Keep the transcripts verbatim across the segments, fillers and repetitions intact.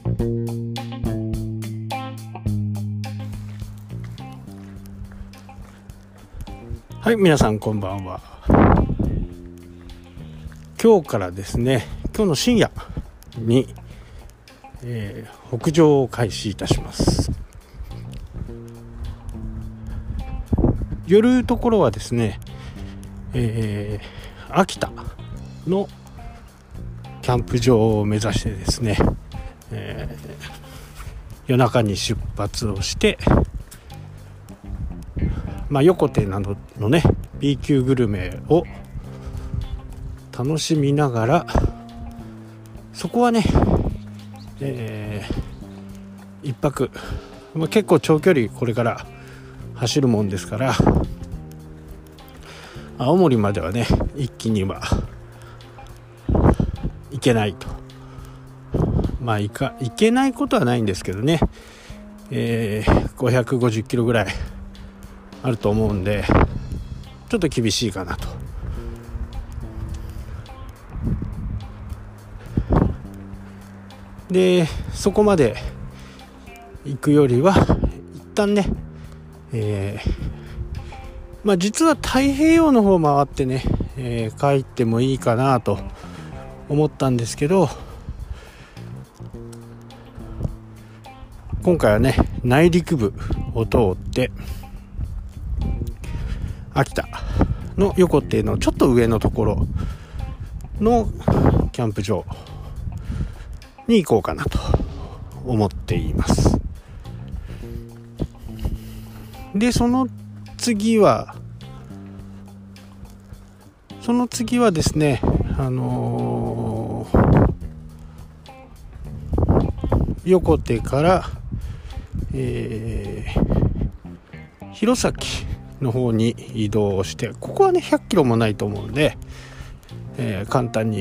はい、皆さんこんばんは。今日からですね、今日の深夜に、えー、北上を開始いたします。寄るところはですね、えー、秋田のキャンプ場を目指してですね、えー、夜中に出発をして、まあ、横手などのね B 級グルメを楽しみながら、そこはね、えー、一泊、まあ、結構長距離これから走るもんですから、青森まではね一気には行けないと、まあ行か行けないことはないんですけどね、えー、ごひゃくごじゅっキロぐらいあると思うんで、ちょっと厳しいかなと。でそこまで行くよりは一旦ね、えー、まあ実は太平洋の方回ってね、えー、帰ってもいいかなと思ったんですけど、今回はね内陸部を通って秋田の横手のちょっと上のところのキャンプ場に行こうかなと思っています。でその次はその次はですね、あのー、横手から、えー、弘前の方に移動して、ここはねひゃっキロもないと思うんで、えー、簡単に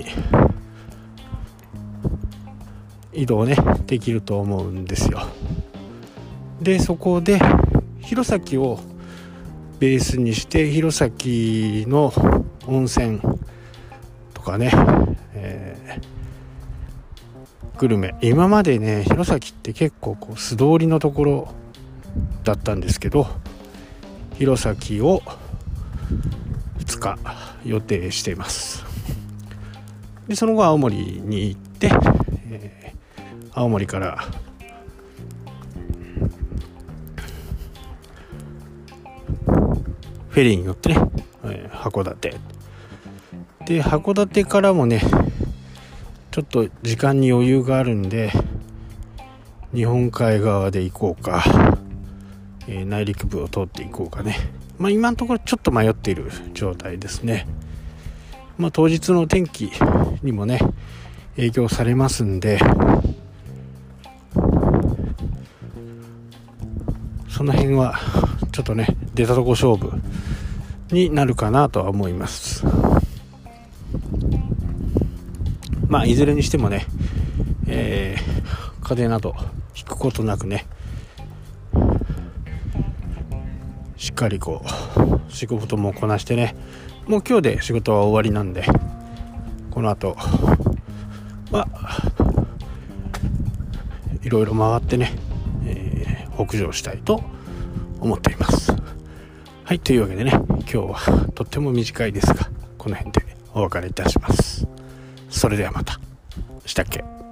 移動ねできると思うんですよ。でそこで弘前をベースにして、弘前の温泉とかね、えー、グルメ、今までね弘前って結構こう素通りのところだったんですけど、弘前をふつか予定しています。でその後青森に行って、えー、青森からフェリーに乗ってね、えー、函館で函館からもねちょっと時間に余裕があるんで、日本海側で行こうか、えー、内陸部を通っていこうかね。まあ今のところちょっと迷っている状態ですね。まあ当日の天気にもね影響されますんで、その辺はちょっとね出たとこ勝負になるかなとは思います。まあいずれにしてもね、えー、風邪などひくことなくね、しっかりこう仕事もこなしてね、もう今日で仕事は終わりなんで、この後まあいろいろ回ってね、えー、北上したいと思っています。はい、というわけでね今日はとっても短いですがこの辺でお別れいたします。それではまた。したっけ。